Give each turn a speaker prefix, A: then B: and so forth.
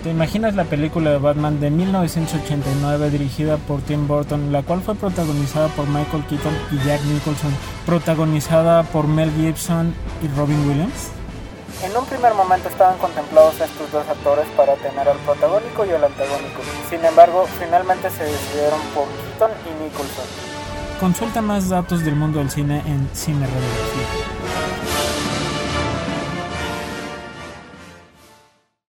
A: ¿Te imaginas la película de Batman de 1989 dirigida por Tim Burton, la cual fue protagonizada por Michael Keaton y Jack Nicholson, protagonizada por Mel Gibson y Robin Williams? En un primer momento estaban contemplados estos dos actores para tener al protagónico y al antagónico. Sin embargo, finalmente se decidieron por Keaton y Nicholson. Consulta más datos del mundo del cine en Cine Radiografía.